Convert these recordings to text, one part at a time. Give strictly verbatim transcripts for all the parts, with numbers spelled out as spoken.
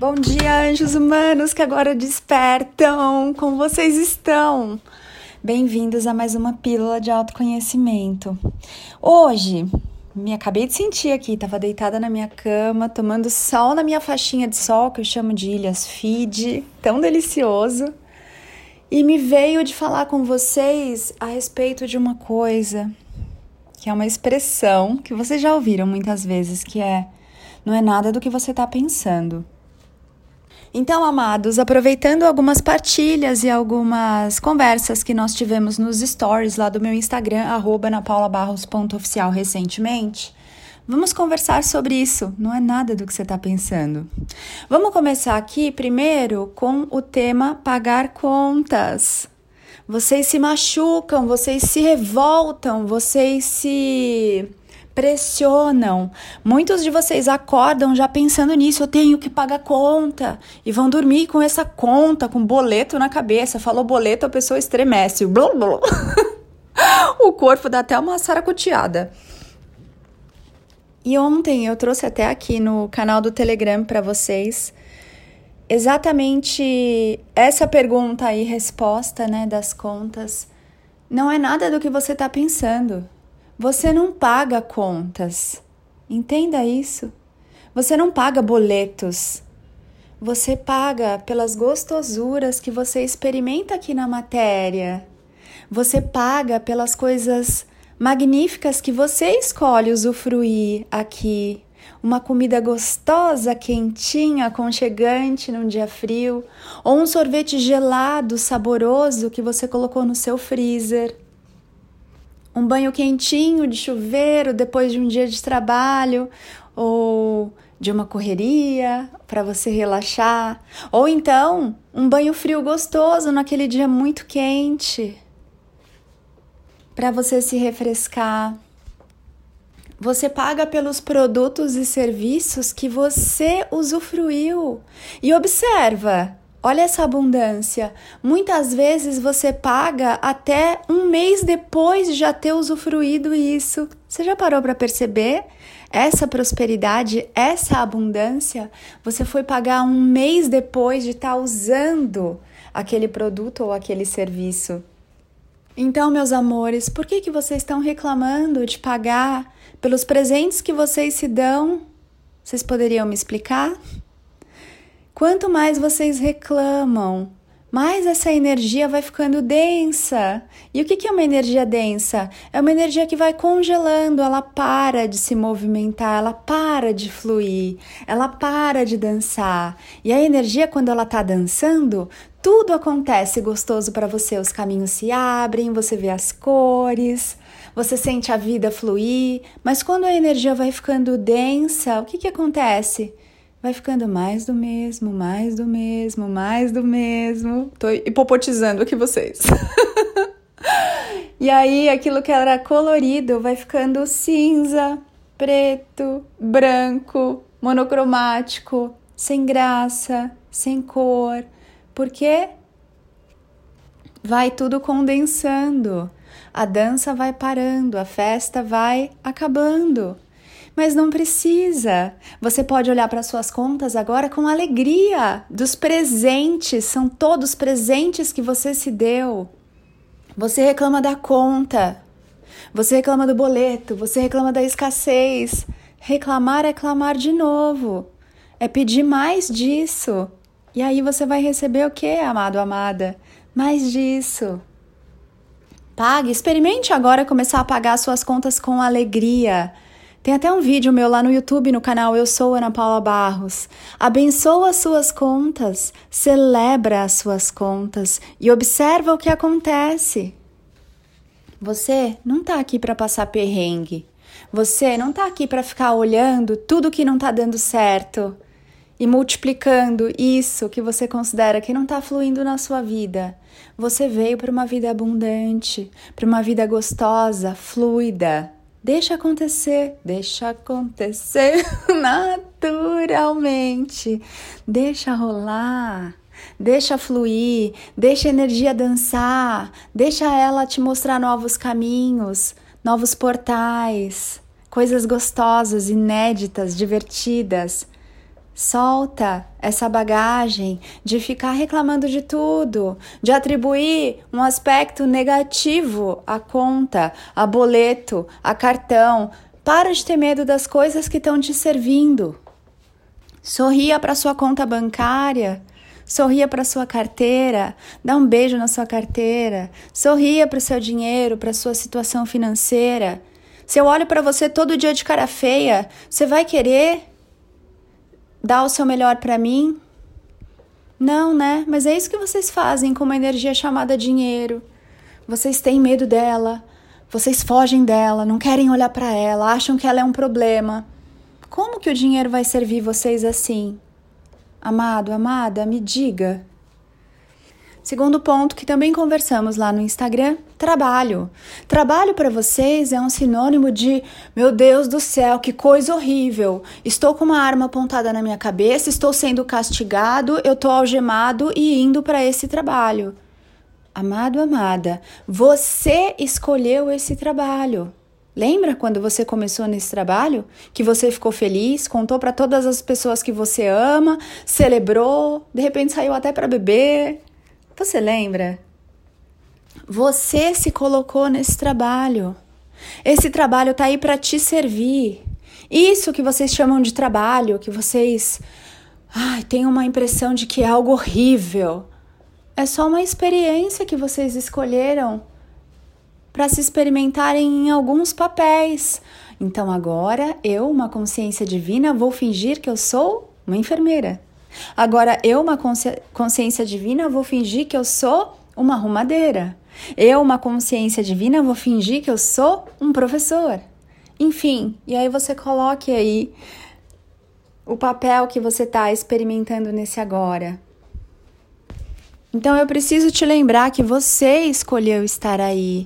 Bom dia, anjos humanos que agora despertam! Como vocês estão? Bem-vindos a mais uma pílula de autoconhecimento. Hoje, me acabei de sentir aqui, estava deitada na minha cama, tomando sol na minha faixinha de sol, que eu chamo de Ilhas Fiji, tão delicioso. E me veio de falar com vocês a respeito de uma coisa, que é uma expressão que vocês já ouviram muitas vezes, que é: não é nada do que você está pensando. Então, amados, aproveitando algumas partilhas e algumas conversas que nós tivemos nos stories lá do meu Instagram, arroba anapaulabarros ponto oficial recentemente, vamos conversar sobre isso. Não é nada do que você está pensando. Vamos começar aqui primeiro com o tema pagar contas. Vocês se machucam, vocês se revoltam, vocês se pressionam. Muitos de vocês acordam já pensando nisso: eu tenho que pagar conta, e vão dormir com essa conta, com boleto na cabeça. Falou boleto, a pessoa estremece. Blum, blum. O corpo dá até uma saracoteada. E ontem eu trouxe até aqui no canal do Telegram para vocês exatamente essa pergunta e resposta, né, das contas. Não é nada do que você está pensando. Você não paga contas. Entenda isso. Você não paga boletos. Você paga pelas gostosuras que você experimenta aqui na matéria. Você paga pelas coisas magníficas que você escolhe usufruir aqui. Uma comida gostosa, quentinha, aconchegante num dia frio. Ou um sorvete gelado, saboroso que você colocou no seu freezer. Um banho quentinho de chuveiro depois de um dia de trabalho, ou de uma correria para você relaxar, ou então um banho frio gostoso naquele dia muito quente para você se refrescar. Você paga pelos produtos e serviços que você usufruiu. E observa, olha essa abundância. Muitas vezes você paga até um mês depois de já ter usufruído isso. Você já parou para perceber essa prosperidade, essa abundância? Você foi pagar um mês depois de estar usando aquele produto ou aquele serviço. Então, meus amores, por que que vocês estão reclamando de pagar pelos presentes que vocês se dão? Vocês poderiam me explicar? Quanto mais vocês reclamam, mais essa energia vai ficando densa. E o que é uma energia densa? É uma energia que vai congelando, ela para de se movimentar, ela para de fluir, ela para de dançar. E a energia, quando ela está dançando, tudo acontece gostoso para você. Os caminhos se abrem, você vê as cores, você sente a vida fluir. Mas quando a energia vai ficando densa, o que que acontece? Vai ficando mais do mesmo, mais do mesmo, mais do mesmo. Tô hipopotizando aqui vocês. E aí, aquilo que era colorido vai ficando cinza, preto, branco, monocromático, sem graça, sem cor. Por quê? Vai tudo condensando. A dança vai parando, a festa vai acabando. Mas não precisa. Você pode olhar para suas contas agora com alegria dos presentes. São todos presentes que você se deu. Você reclama da conta. Você reclama do boleto. Você reclama da escassez. Reclamar é clamar de novo. É pedir mais disso. E aí você vai receber o quê, amado, amada? Mais disso. Pague. Experimente agora começar a pagar suas contas com alegria. Tem até um vídeo meu lá no YouTube, no canal Eu Sou Ana Paula Barros. Abençoa as suas contas, celebra as suas contas e observa o que acontece. Você não está aqui para passar perrengue. Você não está aqui para ficar olhando tudo que não está dando certo e multiplicando isso que você considera que não está fluindo na sua vida. Você veio para uma vida abundante, para uma vida gostosa, fluida. Deixa acontecer, deixa acontecer naturalmente, deixa rolar, deixa fluir, deixa a energia dançar, deixa ela te mostrar novos caminhos, novos portais, coisas gostosas, inéditas, divertidas. Solta essa bagagem de ficar reclamando de tudo, de atribuir um aspecto negativo à conta, a boleto, a cartão. Para de ter medo das coisas que estão te servindo. Sorria para sua conta bancária, sorria para sua carteira, dá um beijo na sua carteira, sorria para o seu dinheiro, para a sua situação financeira. Se eu olho para você todo dia de cara feia, você vai querer dar o seu melhor para mim? Não, né? Mas é isso que vocês fazem com uma energia chamada dinheiro. Vocês têm medo dela, vocês fogem dela, não querem olhar para ela, acham que ela é um problema. Como que o dinheiro vai servir vocês assim? Amado, amada, me diga. Segundo ponto que também conversamos lá no Instagram, trabalho. Trabalho para vocês é um sinônimo de, meu Deus do céu, que coisa horrível. Estou com uma arma apontada na minha cabeça, estou sendo castigado, eu estou algemado e indo para esse trabalho. Amado, amada, você escolheu esse trabalho. Lembra quando você começou nesse trabalho? Que você ficou feliz, contou para todas as pessoas que você ama, celebrou, de repente saiu até para beber. Você lembra? Você se colocou nesse trabalho. Esse trabalho tá aí para te servir. Isso que vocês chamam de trabalho, que vocês ai, têm uma impressão de que é algo horrível, é só uma experiência que vocês escolheram para se experimentarem em alguns papéis. Então agora eu, uma consciência divina, vou fingir que eu sou uma enfermeira. Agora eu, uma consci- consciência divina, vou fingir que eu sou uma arrumadeira. Eu, uma consciência divina, vou fingir que eu sou um professor. Enfim, e aí você coloque aí o papel que você está experimentando nesse agora. Então eu preciso te lembrar que você escolheu estar aí.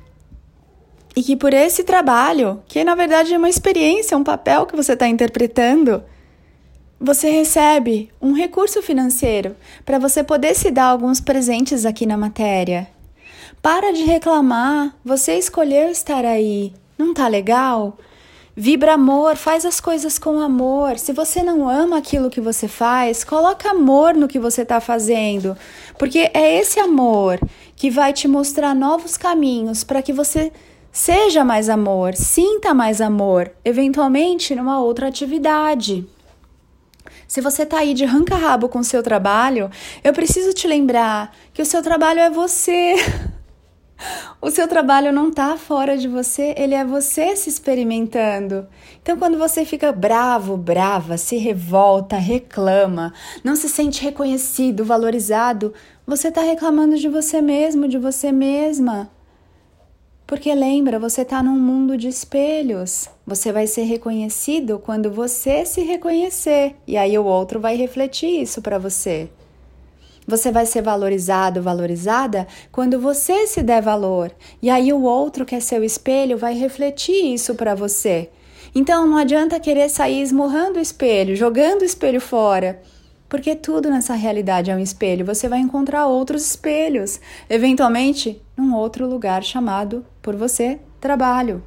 E que por esse trabalho, que na verdade é uma experiência, um papel que você está interpretando, você recebe um recurso financeiro para você poder se dar alguns presentes aqui na matéria. Para de reclamar, você escolheu estar aí, não tá legal? Vibra amor, faz as coisas com amor. Se você não ama aquilo que você faz, coloca amor no que você está fazendo, porque é esse amor que vai te mostrar novos caminhos para que você seja mais amor, sinta mais amor, eventualmente numa outra atividade. Se você está aí de arranca-rabo com o seu trabalho, eu preciso te lembrar que o seu trabalho é você. O seu trabalho não está fora de você, ele é você se experimentando. Então, quando você fica bravo, brava, se revolta, reclama, não se sente reconhecido, valorizado, você está reclamando de você mesmo, de você mesma. Porque lembra, você está num mundo de espelhos. Você vai ser reconhecido quando você se reconhecer. E aí o outro vai refletir isso para você. Você vai ser valorizado, valorizada quando você se der valor. E aí o outro, que é seu espelho, vai refletir isso para você. Então não adianta querer sair esmurrando o espelho, jogando o espelho fora. Porque tudo nessa realidade é um espelho. Você vai encontrar outros espelhos, eventualmente num outro lugar chamado por você trabalho.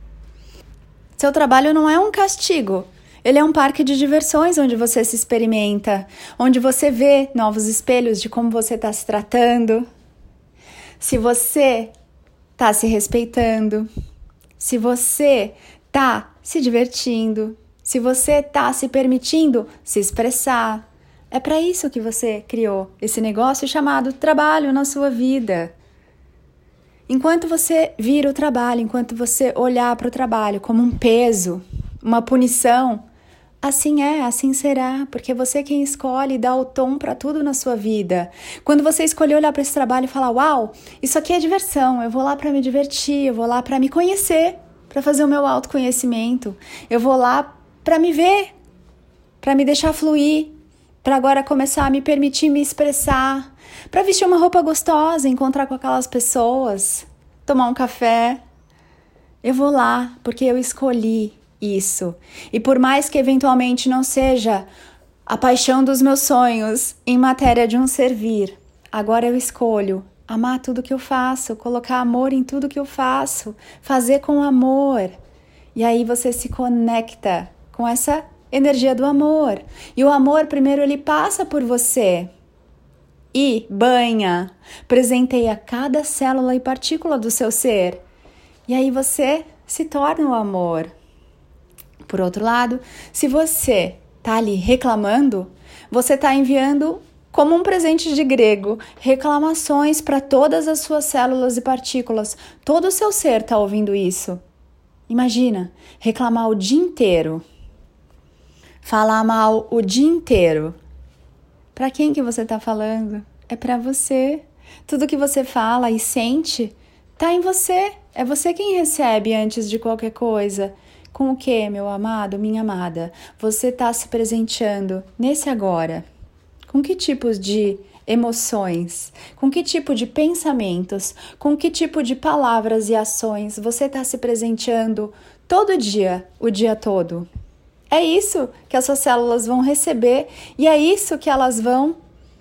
Seu trabalho não é um castigo. Ele é um parque de diversões onde você se experimenta, onde você vê novos espelhos de como você está se tratando, se você está se respeitando, se você está se divertindo, se você está se permitindo se expressar. É para isso que você criou esse negócio chamado trabalho na sua vida. Enquanto você vira o trabalho, enquanto você olhar para o trabalho como um peso, uma punição, assim é, assim será, porque você é quem escolhe e dá o tom para tudo na sua vida. Quando você escolher olhar para esse trabalho e falar, uau, isso aqui é diversão, eu vou lá para me divertir, eu vou lá para me conhecer, para fazer o meu autoconhecimento, eu vou lá para me ver, para me deixar fluir, para agora começar a me permitir me expressar, para vestir uma roupa gostosa, encontrar com aquelas pessoas, tomar um café. Eu vou lá porque eu escolhi isso. E por mais que eventualmente não seja a paixão dos meus sonhos em matéria de um servir, agora eu escolho amar tudo que eu faço, colocar amor em tudo que eu faço, fazer com amor. E aí você se conecta com essa energia do amor. E o amor, primeiro, ele passa por você e banha, presenteia cada célula e partícula do seu ser. E aí você se torna o amor. Por outro lado, se você está ali reclamando, você está enviando, como um presente de grego, reclamações para todas as suas células e partículas. Todo o seu ser está ouvindo isso. Imagina, reclamar o dia inteiro. Falar mal o dia inteiro. Para quem que você está falando? É para você. Tudo que você fala e sente está em você. É você quem recebe antes de qualquer coisa. Com o que, meu amado, minha amada? Você está se presenteando nesse agora. Com que tipos de emoções? Com que tipo de pensamentos? Com que tipo de palavras e ações você está se presenteando todo dia, o dia todo? É isso que as suas células vão receber e é isso que elas vão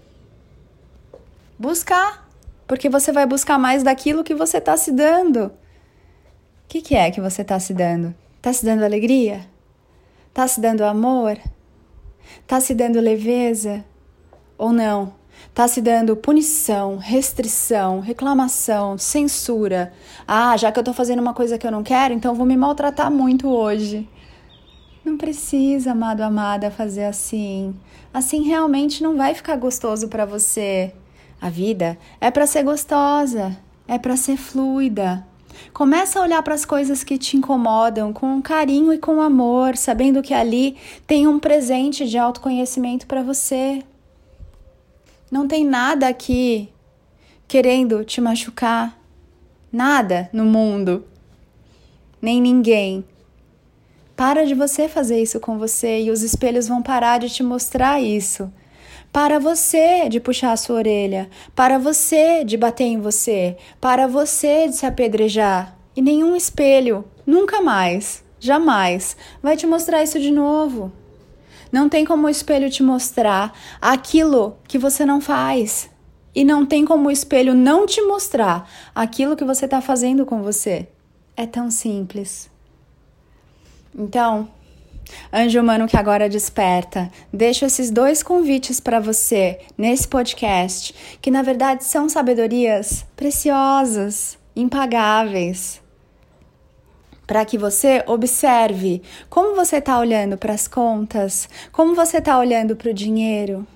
buscar, porque você vai buscar mais daquilo que você está se dando. O que, que é que você está se dando? Está se dando alegria? Está se dando amor? Está se dando leveza? Ou não? Está se dando punição, restrição, reclamação, censura. Ah, já que eu estou fazendo uma coisa que eu não quero, então eu vou me maltratar muito hoje. Não precisa, amado, amada, fazer assim. Assim realmente não vai ficar gostoso para você. A vida é para ser gostosa, é para ser fluida. Começa a olhar para as coisas que te incomodam com carinho e com amor, sabendo que ali tem um presente de autoconhecimento para você. Não tem nada aqui querendo te machucar. Nada no mundo. Nem ninguém. Para de você fazer isso com você e os espelhos vão parar de te mostrar isso. Para você de puxar a sua orelha. Para você de bater em você. Para você de se apedrejar. E nenhum espelho, nunca mais, jamais, vai te mostrar isso de novo. Não tem como o espelho te mostrar aquilo que você não faz. E não tem como o espelho não te mostrar aquilo que você está fazendo com você. É tão simples. Então, anjo humano que agora desperta, deixo esses dois convites para você nesse podcast, que na verdade são sabedorias preciosas, impagáveis. Para que você observe como você está olhando para as contas, como você está olhando para o dinheiro.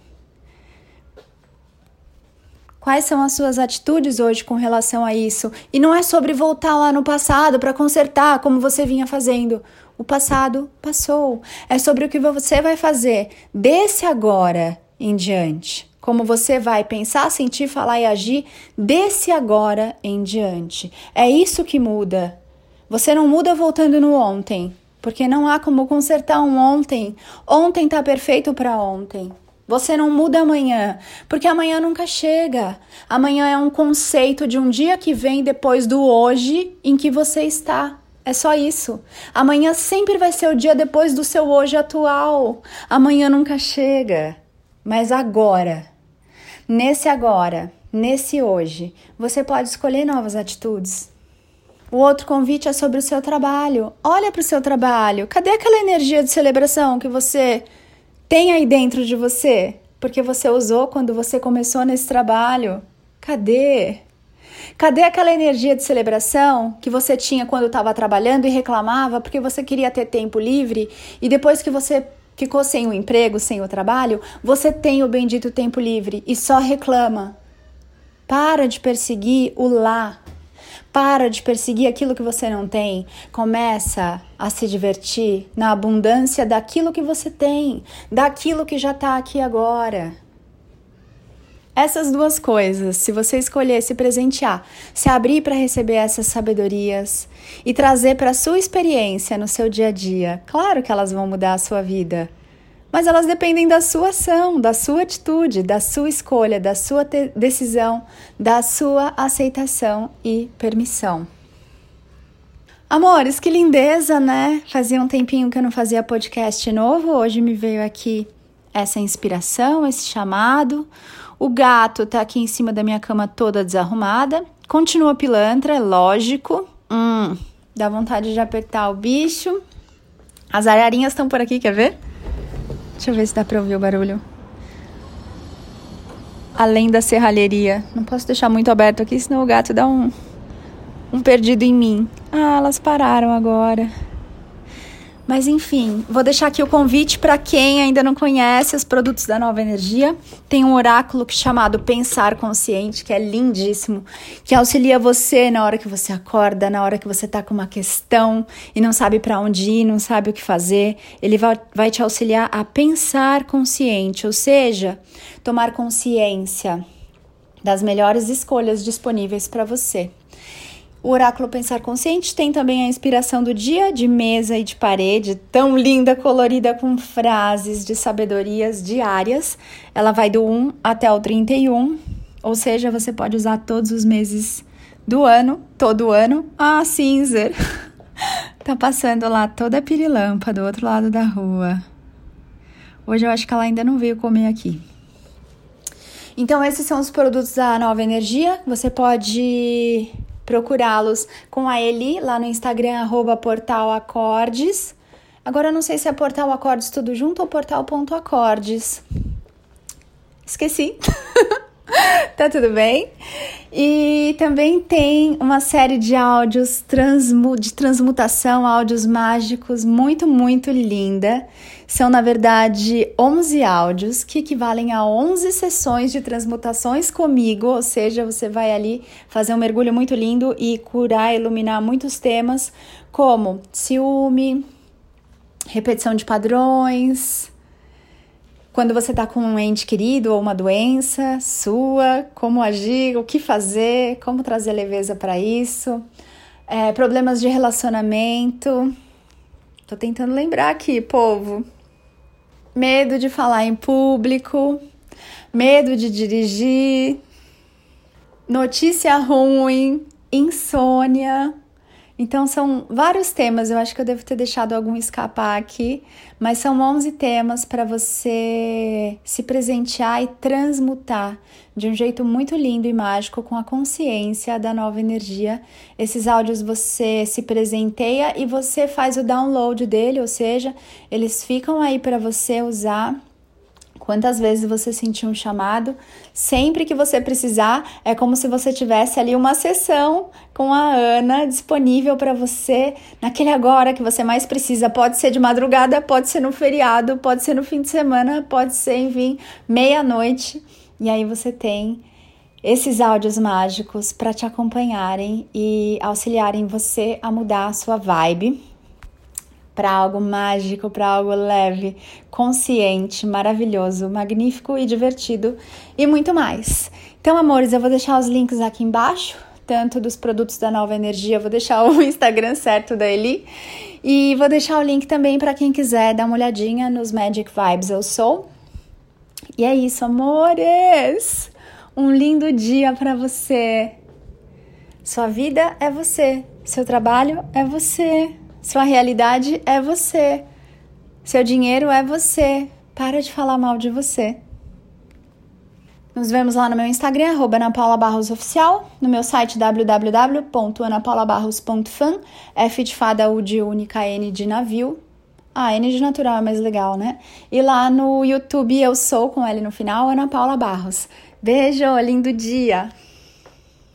Quais são as suas atitudes hoje com relação a isso? E não é sobre voltar lá no passado para consertar como você vinha fazendo. O passado passou. É sobre o que você vai fazer desse agora em diante. Como você vai pensar, sentir, falar e agir desse agora em diante. É isso que muda. Você não muda voltando no ontem, porque não há como consertar um ontem. Ontem está perfeito para ontem. Você não muda amanhã, porque amanhã nunca chega. Amanhã é um conceito de um dia que vem depois do hoje em que você está. É só isso. Amanhã sempre vai ser o dia depois do seu hoje atual. Amanhã nunca chega. Mas agora, nesse agora, nesse hoje, você pode escolher novas atitudes. O outro convite é sobre o seu trabalho. Olha para o seu trabalho. Cadê aquela energia de celebração que você tem aí dentro de você? Porque você usou quando você começou nesse trabalho. Cadê? Cadê aquela energia de celebração que você tinha quando estava trabalhando e reclamava porque você queria ter tempo livre e depois que você ficou sem o emprego, sem o trabalho, você tem o bendito tempo livre e só reclama? Para de perseguir o lá. Para de perseguir aquilo que você não tem. Começa a se divertir na abundância daquilo que você tem, daquilo que já está aqui agora. Essas duas coisas, se você escolher se presentear, se abrir para receber essas sabedorias e trazer para a sua experiência no seu dia a dia, claro que elas vão mudar a sua vida. Mas elas dependem da sua ação, da sua atitude, da sua escolha, da sua te- decisão, da sua aceitação e permissão. Amores, que lindeza, né? Fazia um tempinho que eu não fazia podcast novo, hoje me veio aqui essa inspiração, esse chamado. O gato tá aqui em cima da minha cama toda desarrumada. Continua pilantra, é lógico. Hum, dá vontade de apertar o bicho. As ararinhas estão por aqui, quer ver? Deixa eu ver se dá pra ouvir o barulho. Além da serralheria. Não posso deixar muito aberto aqui, senão o gato dá um, um perdido em mim. Ah, elas pararam agora. Mas enfim, vou deixar aqui o convite para quem ainda não conhece os produtos da Nova Energia. Tem um oráculo chamado Pensar Consciente, que é lindíssimo, que auxilia você na hora que você acorda, na hora que você está com uma questão e não sabe para onde ir, não sabe o que fazer. Ele vai, vai te auxiliar a pensar consciente, ou seja, tomar consciência das melhores escolhas disponíveis para você. O oráculo Pensar Consciente tem também a inspiração do dia, de mesa e de parede, tão linda, colorida, com frases de sabedorias diárias. Ela vai do um até o trinta e um, ou seja, você pode usar todos os meses do ano, todo ano. Ah, Cinzer! Tá passando lá toda a pirilampa do outro lado da rua. Hoje eu acho que ela ainda não veio comer aqui. Então, esses são os produtos da Nova Energia. Você pode procurá-los com a Eli lá no Instagram, arroba portalacordes. Agora eu não sei se é Portal Acordes tudo junto ou portal.acordes. Esqueci. Tá tudo bem? E também tem uma série de áudios transmu- de transmutação, áudios mágicos, muito, muito linda. São, na verdade, onze áudios que equivalem a onze sessões de transmutações comigo, ou seja, você vai ali fazer um mergulho muito lindo e curar, iluminar muitos temas, como ciúme, repetição de padrões, quando você está com um ente querido ou uma doença sua, como agir, o que fazer, como trazer leveza para isso, é, problemas de relacionamento. Tô tentando lembrar aqui, povo. Medo de falar em público, medo de dirigir, notícia ruim, insônia. Então, são vários temas, eu acho que eu devo ter deixado algum escapar aqui, mas são onze temas para você se presentear e transmutar de um jeito muito lindo e mágico com a consciência da Nova Energia. Esses áudios você se presenteia e você faz o download dele, ou seja, eles ficam aí para você usar quantas vezes você sentir um chamado. Sempre que você precisar, é como se você tivesse ali uma sessão com a Ana disponível para você naquele agora que você mais precisa. Pode ser de madrugada, pode ser no feriado, pode ser no fim de semana, pode ser, enfim, meia-noite. E aí você tem esses áudios mágicos para te acompanharem e auxiliarem você a mudar a sua vibe para algo mágico, para algo leve, consciente, maravilhoso, magnífico e divertido e muito mais. Então, amores, eu vou deixar os links aqui embaixo, tanto dos produtos da Nova Energia, vou deixar o Instagram certo da Eli e vou deixar o link também para quem quiser dar uma olhadinha nos Magic Vibes Eu Sou. E é isso, amores! Um lindo dia para você. Sua vida é você, seu trabalho é você. Sua realidade é você. Seu dinheiro é você. Para de falar mal de você. Nos vemos lá no meu Instagram, arroba Ana Paula Barros Oficial, no meu site w w w ponto ana paula barros ponto fan, F de fada, U de única, N de navio. Ah, N de natural é mais legal, né? E lá no YouTube eu sou, com L no final, Ana Paula Barros. Beijo, lindo dia!